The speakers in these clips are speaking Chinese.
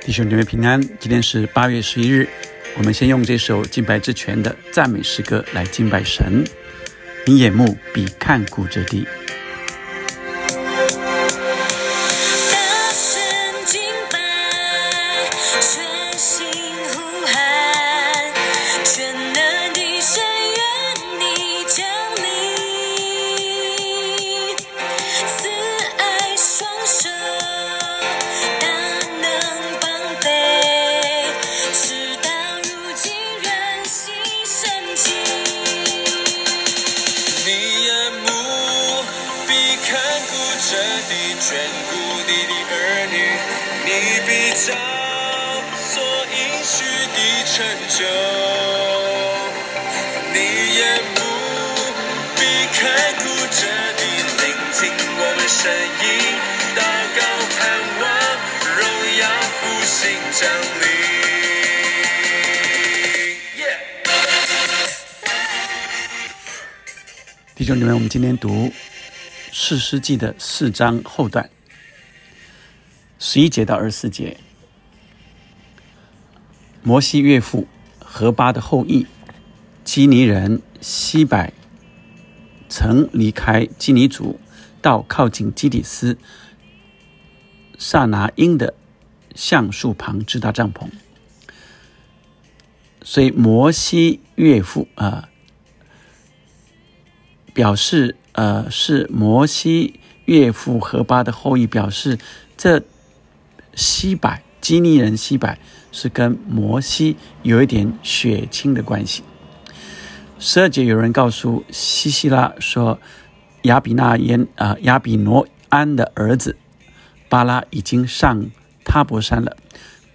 弟兄姐妹平安，今天是8月11日，我们先用这首敬拜之泉的赞美诗歌来敬拜神。你眼目必看顾这地。 眷顾你的儿女，你必照所应许的成就。你眼目必看顾着地，聆听我们声音，祷告盼望，荣耀复兴降临。 弟兄姊妹，我们今天读士师记的4章后段11节到24节。摩西岳父何巴的后裔基尼人西百曾离开基尼族，到靠近基底斯撒拿因的橡树旁支搭帐篷。所以摩西岳父表示是摩西岳父何巴的后裔，表示这西百基尼人西百是跟摩西有一点血亲的关系。12节有人告诉西西拉说，亚比挪安的儿子巴拉已经上塔伯山了。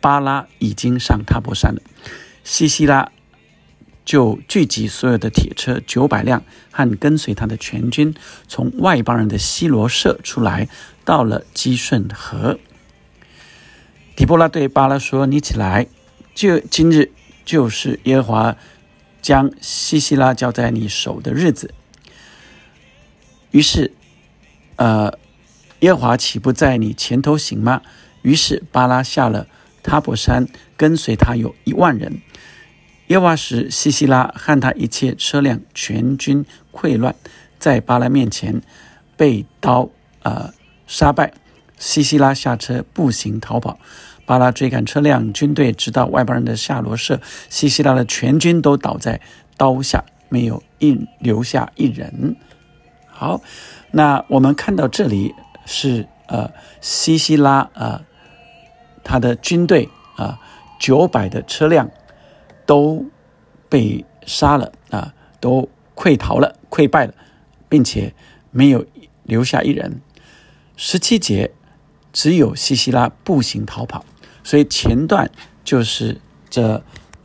西西拉就聚集所有的铁车900辆和跟随他的全军，从外邦人的希罗舍出来，到了基顺河。底波拉对巴拉说，你起来，今日就是耶和华将西西拉交在你手的日子。于是耶和华岂不在你前头行吗？于是巴拉下了塔伯山，跟随他有10000人。耶和华使西西拉和他一切车辆全军溃乱，在巴拉面前被刀杀败。西西拉下车步行逃跑，巴拉追赶车辆军队，直到外邦人的夏罗舍。西西拉的全军都倒在刀下，没有留下一人。好，那我们看到这里是西西拉他的军队900的车辆都被杀了都溃败了，并且没有留下一人。17节只有西西拉步行逃跑，所以前段就是这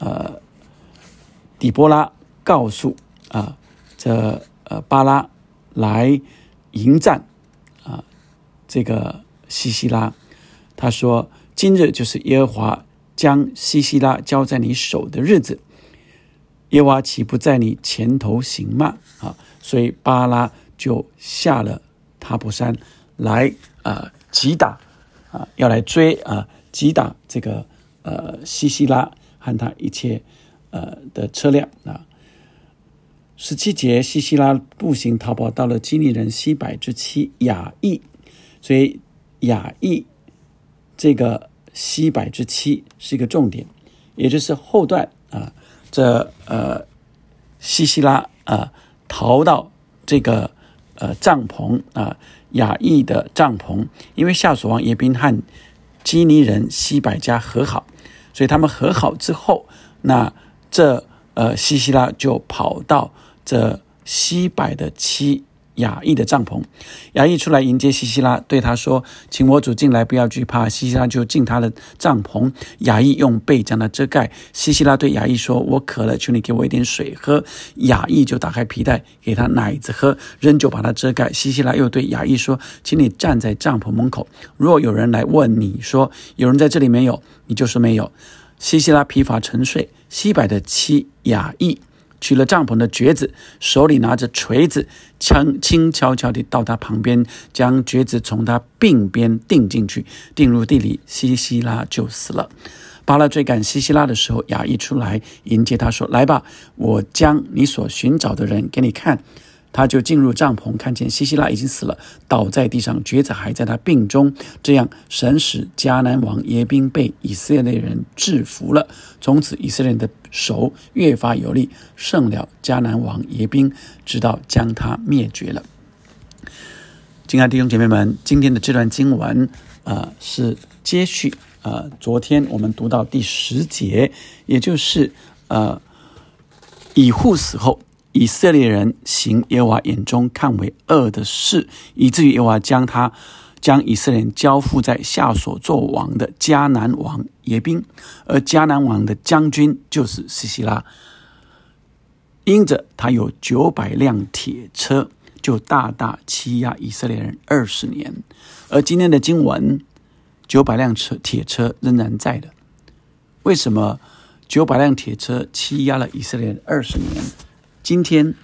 底波拉告诉巴拉来迎战这个西西拉，他说，今日就是耶和华将西西拉交在你手的日子，耶和华岂不在你前头行吗？所以巴拉就下了塔伯山来击打要来追击打这个西西拉和他一切的车辆17节，西西拉步行逃跑，到了基尼人西百之妻雅意。所以雅意这个西百之妻是一个重点，也就是后段西西拉逃到这个帐篷雅意的帐篷，因为夏所王耶宾和基尼人西百家和好，所以他们和好之后，那这西西拉就跑到这西百的妻雅意的帐篷。雅意出来迎接西西拉，对他说，请我主进来，不要惧怕。西西拉就进他的帐篷，雅意用被将他遮盖。西西拉对雅意说，我渴了，求你给我一点水喝。雅意就打开皮带给他奶子喝，仍旧把他遮盖。西西拉又对雅意说，请你站在帐篷门口，若有人来问你说，有人在这里没有，你就说没有。西西拉疲乏沉睡，西百的妻雅意取了帐篷的橛子，手里拿着锤子，轻悄悄地到他旁边，将橛子从他鬓边钉进去，钉入地里，西西拉就死了。巴拉追赶西西拉的时候，亚义出来迎接他说：“来吧，我将你所寻找的人给你看。”他就进入帐篷，看见西西拉已经死了，倒在地上，橛子还在他鬓中。这样，神使迦南王耶宾被以色列人制服了。从此，以色列人的手越发有力，胜了迦南王耶宾，直到将他灭绝了。亲爱的弟兄姐妹们，今天的这段经文是接续昨天我们读到第10节，也就是以户死后，以色列人行耶和华眼中看为恶的事，以至于耶和华将以色列人交付在下所作王的迦南王耶宾，而迦南王的将军就是西西拉，因着他有900辆铁车，就大大欺压以色列人20年。而今天的经文，900辆铁车仍然在的。为什么900辆铁车欺压了以色列人20年？今天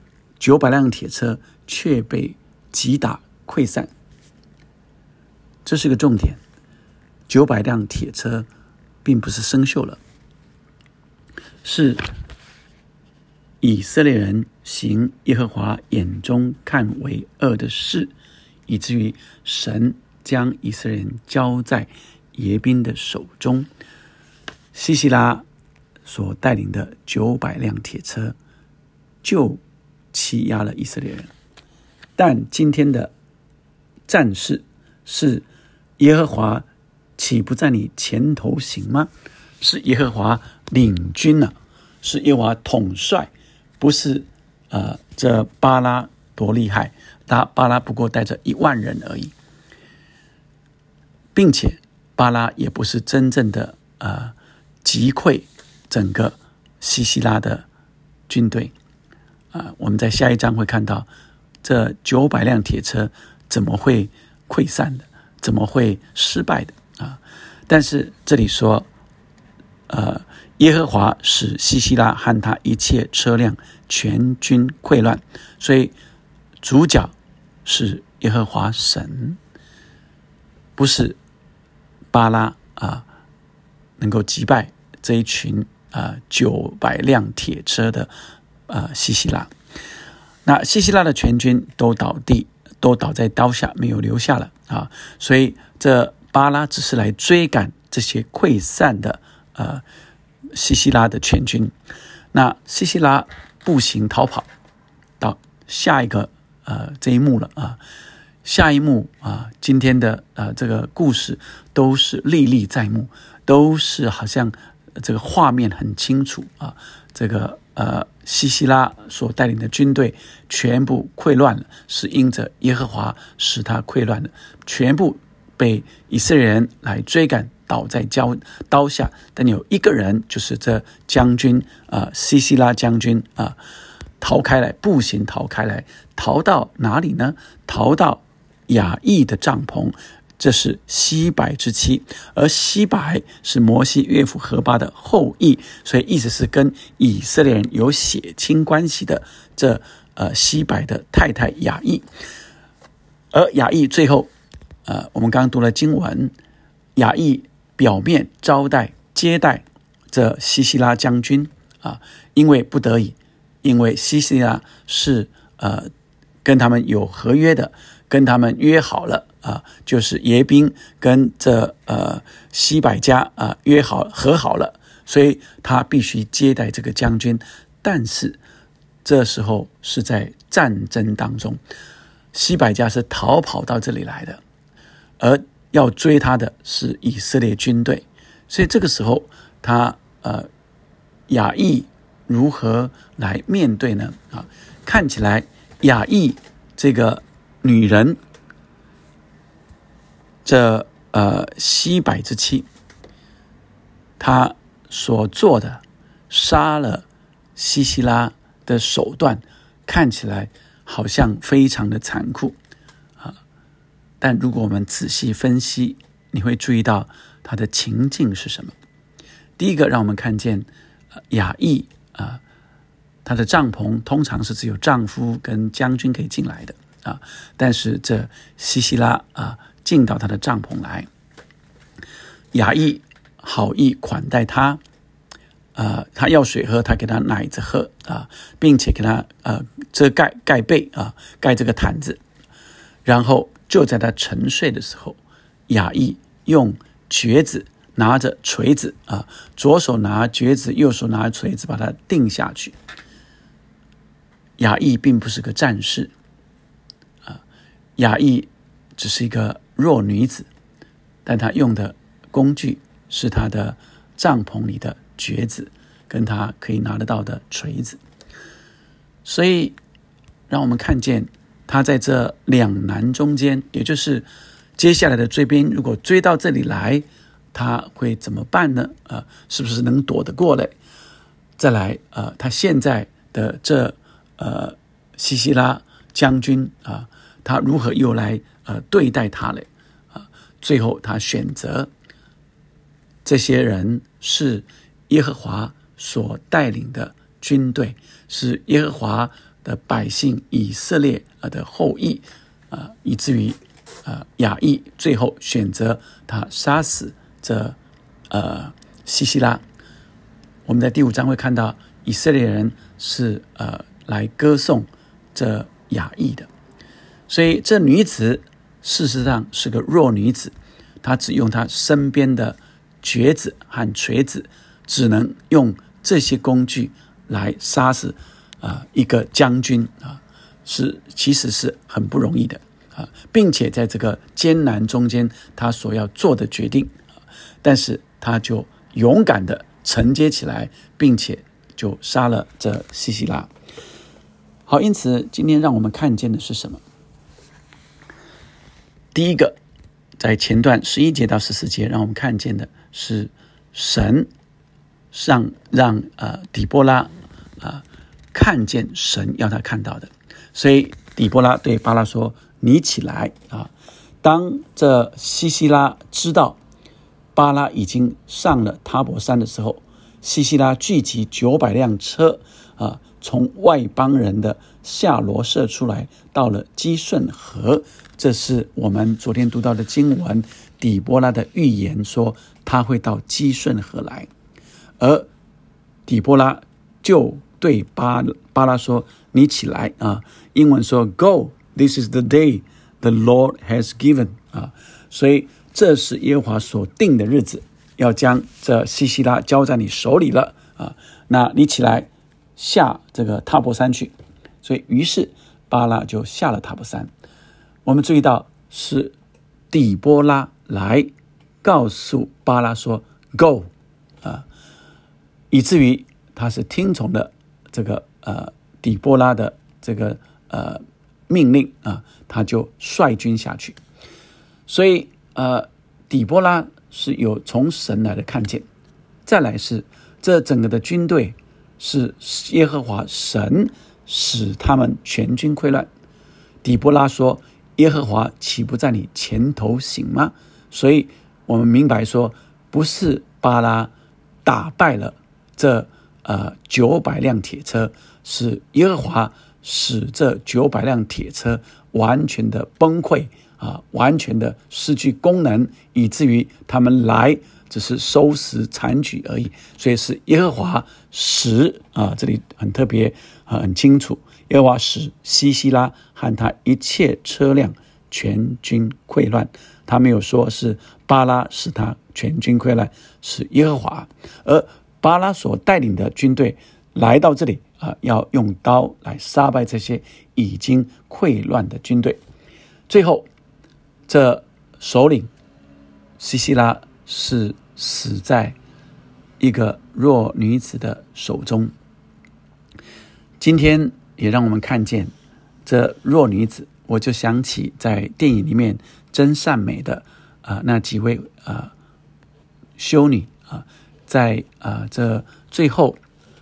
900辆铁车却被击打溃散，这是个重点。900辆铁车并不是生锈了，是以色列人行耶和华眼中看为恶的事，以至于神将以色列人交在耶宾的手中。西西拉所带领的900辆铁车就欺压了以色列人。但今天的战事是耶和华岂不在你前头行吗？是耶和华领军了，是耶和华统帅，不是这巴拉多厉害，巴拉不过带着1万人而已，并且巴拉也不是真正的击溃整个西西拉的军队。我们在下一章会看到这900辆铁车怎么会溃散的，怎么会失败的但是这里说耶和华使西西拉和他一切车辆全军溃乱，所以主角是耶和华神，不是巴拉能够击败这一群900辆铁车的西西拉。那西西拉的全军都倒地，都倒在刀下，没有留下了所以这巴拉只是来追赶这些溃散的西西拉的全军。那西西拉步行逃跑到下一个这一幕了下一幕今天的这个故事都是历历在目，都是好像这个画面很清楚这个西西拉所带领的军队全部溃乱了，是因着耶和华使他溃乱了，全部被以色列人来追赶，倒在刀下。但有一个人，就是这将军西西拉将军逃开来，步行逃开来，逃到哪里呢？逃到亚义的帐篷，这是西百之妻，而西百是摩西岳父何巴的后裔，所以意思是跟以色列人有血亲关系的这西百的太太亚义。而亚义最后我们刚刚读了经文，亚义表面接待这西西拉将军因为不得已，因为西西拉是跟他们有合约的，跟他们约好了就是耶宾跟这西百家和好了，所以他必须接待这个将军。但是这时候是在战争当中，西百家是逃跑到这里来的，而要追他的是以色列军队，所以这个时候他亚义如何来面对呢？看起来亚义这个女人，这西百之妻，她所做的杀了西西拉的手段看起来好像非常的残酷但如果我们仔细分析，你会注意到它的情境是什么。第一个，让我们看见亚义她的帐篷通常是只有丈夫跟将军可以进来的啊，但是这西西拉进到她的帐篷来，雅意好意款待她，他要水喝，他给他奶子喝并且给他遮盖被盖这个毯子，然后就在他沉睡的时候，雅意用橛子拿着锤子左手拿橛子，右手拿锤子，把他钉下去。雅意并不是个战士雅意只是一个弱女子，但她用的工具是她的帐篷里的橛子跟她可以拿得到的锤子。所以让我们看见她在这两难中间，也就是接下来的追兵如果追到这里来，她会怎么办呢？是不是能躲得过嘞？再来她现在的这西西拉将军他如何又来对待他嘞？最后他选择这些人是耶和华所带领的军队，是耶和华的百姓以色列的后裔以至于雅意最后选择他杀死这西西拉。我们在第5章会看到以色列人是来歌颂这雅意的，所以这女子事实上是个弱女子，她只用她身边的橛子和锤子，只能用这些工具来杀死一个将军其实是很不容易的并且在这个艰难中间，她所要做的决定但是她就勇敢的承接起来，并且就杀了这西西拉。好，因此今天让我们看见的是什么？第一个，在前段11节到14节，让我们看见的是神让底波拉看见神要他看到的。所以底波拉对巴拉说：“你起来当这西西拉知道巴拉已经上了塔伯山的时候，西西拉聚集900辆车从外邦人的夏罗舍出来，到了基顺河。这是我们昨天读到的经文，底波拉的预言说他会到基顺河来。而底波拉就对巴拉说：“你起来英文说 Go, this is the day the Lord has given 所以这是耶和华所定的日子，要将这西西拉交在你手里了那你起来下这个塔伯山去。”所以于是巴拉就下了塔伯山。我们注意到是底波拉来告诉巴拉说 Go 以至于他是听从了这个底波拉的这个命令他就率军下去。所以底波拉是有从神来的看见。再来是这整个的军队是耶和华神使他们全军溃乱。底波拉说：“耶和华岂不在你前头行吗？”所以我们明白说，不是巴拉打败了这900辆铁车，是耶和华使这900辆铁车完全的崩溃完全的失去功能，以至于他们来只是收拾残局而已。所以是耶和华使这里很特别很清楚，耶和华使西西拉和他一切车辆全军溃乱。他没有说是巴拉使他全军溃乱，是耶和华。而巴拉所带领的军队来到这里要用刀来杀败这些已经溃乱的军队。最后这首领西西拉是死在一个弱女子的手中。今天也让我们看见这弱女子，我就想起在电影里面真善美的那几位修女在这最后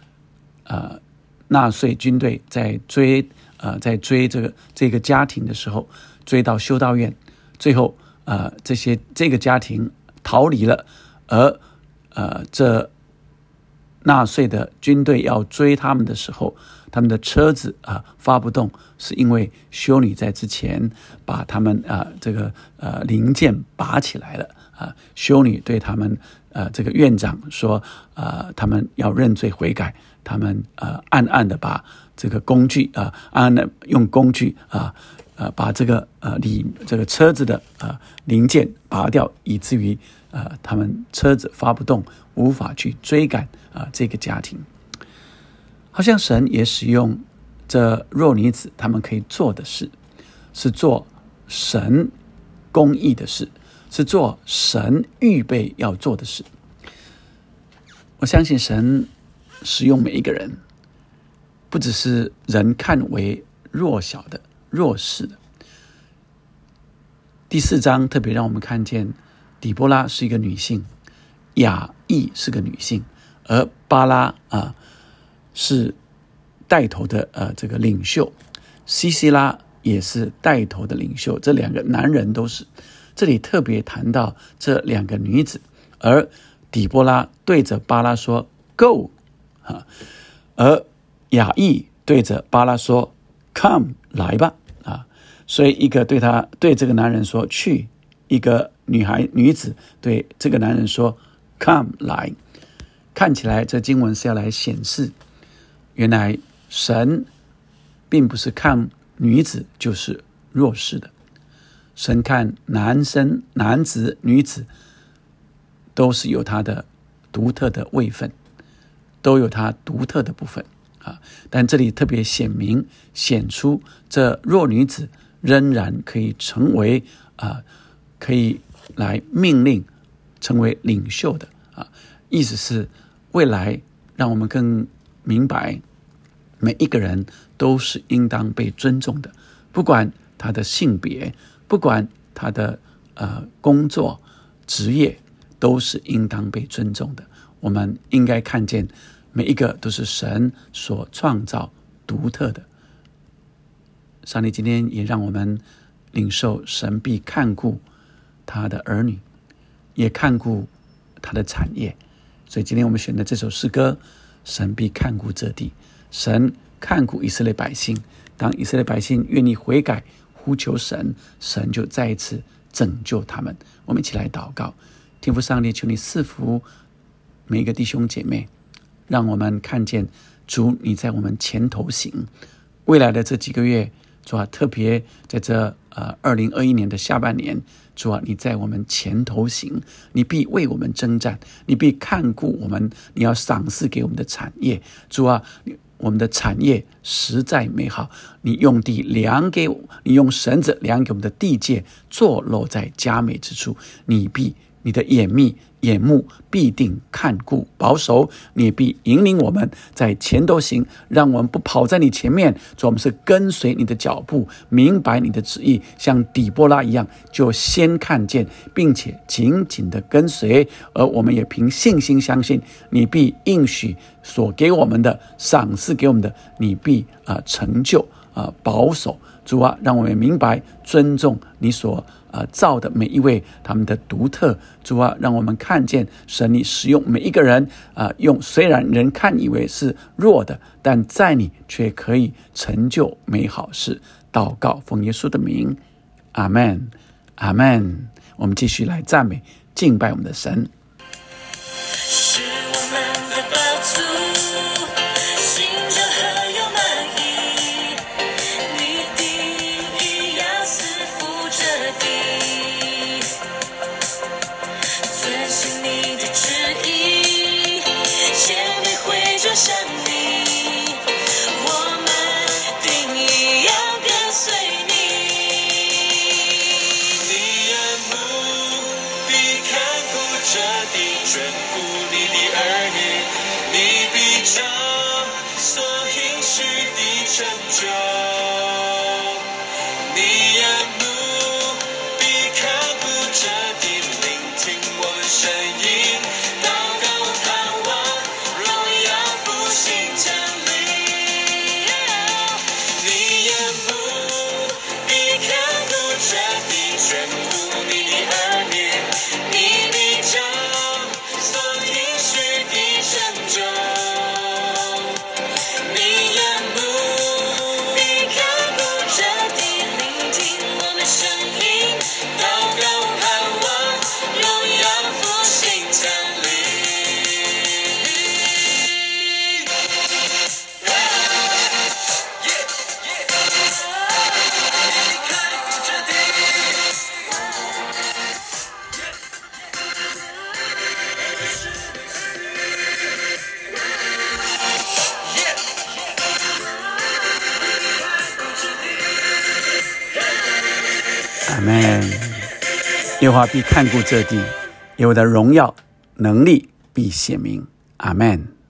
纳粹军队在追这个家庭的时候，追到修道院，最后这个家庭逃离了，而这纳粹的军队要追他们的时候，他们的车子发不动，是因为修女在之前把他们零件拔起来了。修女对他们这个院长说，他们要认罪悔改，他们暗暗的把这个工具暗暗的用工具把这个车子的零件拔掉，以至于他们车子发不动，无法去追赶这个家庭。好像神也使用这弱女子他们可以做的事，是做神公义的事，是做神预备要做的事。我相信神使用每一个人，不只是人看为弱小的弱势的。第4章特别让我们看见底波拉是一个女性，雅意是个女性，而巴拉是带头的这个领袖，西西拉也是带头的领袖，这2个男人都是。这里特别谈到这2个女子，而底波拉对着巴拉说 Go， 而雅意对着巴拉说 Come， 来吧。所以一个对这个男人说去，一个女子对这个男人说 Come， 来。看起来这经文是要来显示，原来神并不是看女子就是弱势的，神看男子女子都是有他的独特的位分，都有他独特的部分但这里特别显出这弱女子仍然可以成为可以来命令成为领袖的意思是未来让我们更明白，每一个人都是应当被尊重的，不管他的性别，不管他的工作职业，都是应当被尊重的。我们应该看见每一个都是神所创造独特的。上帝今天也让我们领受神必看顾他的儿女，也看顾他的产业。所以今天我们选的这首诗歌，神必看顾这地，神看顾以色列百姓。当以色列百姓愿意悔改呼求神，神就再一次拯救他们。我们一起来祷告。天父上帝，求你赐福每一个弟兄姐妹，让我们看见主你在我们前头行。未来的这几个月，主啊，特别在这2021年的下半年，主啊，你在我们前头行，你必为我们征战，你必看顾我们，你要赏赐给我们的产业。主啊，我们的产业实在美好，你用地量给我，你用绳子量给我们的地界，坐落在佳美之处。你的眼目必定看顾保守，你也必引领我们在前头行，让我们不跑在你前面，主，我们是跟随你的脚步，明白你的旨意，像底波拉一样，就先看见并且紧紧的跟随。而我们也凭信心相信，你必应许所给我们的，赏赐给我们的，你必成就保守。主啊，让我们明白尊重你所造的每一位他们的独特。主啊，让我们看见神你使用每一个人虽然人看以为是弱的，但在你却可以成就美好事。祷告奉耶稣的名，阿们，阿们。我们继续来赞美敬拜我们的神。 是我们的宝座，心中何有满意？你定义要赐福这地，遵行你的旨意，千里回转向你，我们定义要跟随你。你眼目必看顾这地，眷顾你的儿女，你必将所应许的成就。你眼目必看顾这地，聆听我们声音，祷告盼望荣耀复兴降临。你眼目必看顾这地，眷顾你的儿女，你必将所应许的成就。 阿们。耶和华必看顾这地，耶和华的荣耀能力必显明。阿们。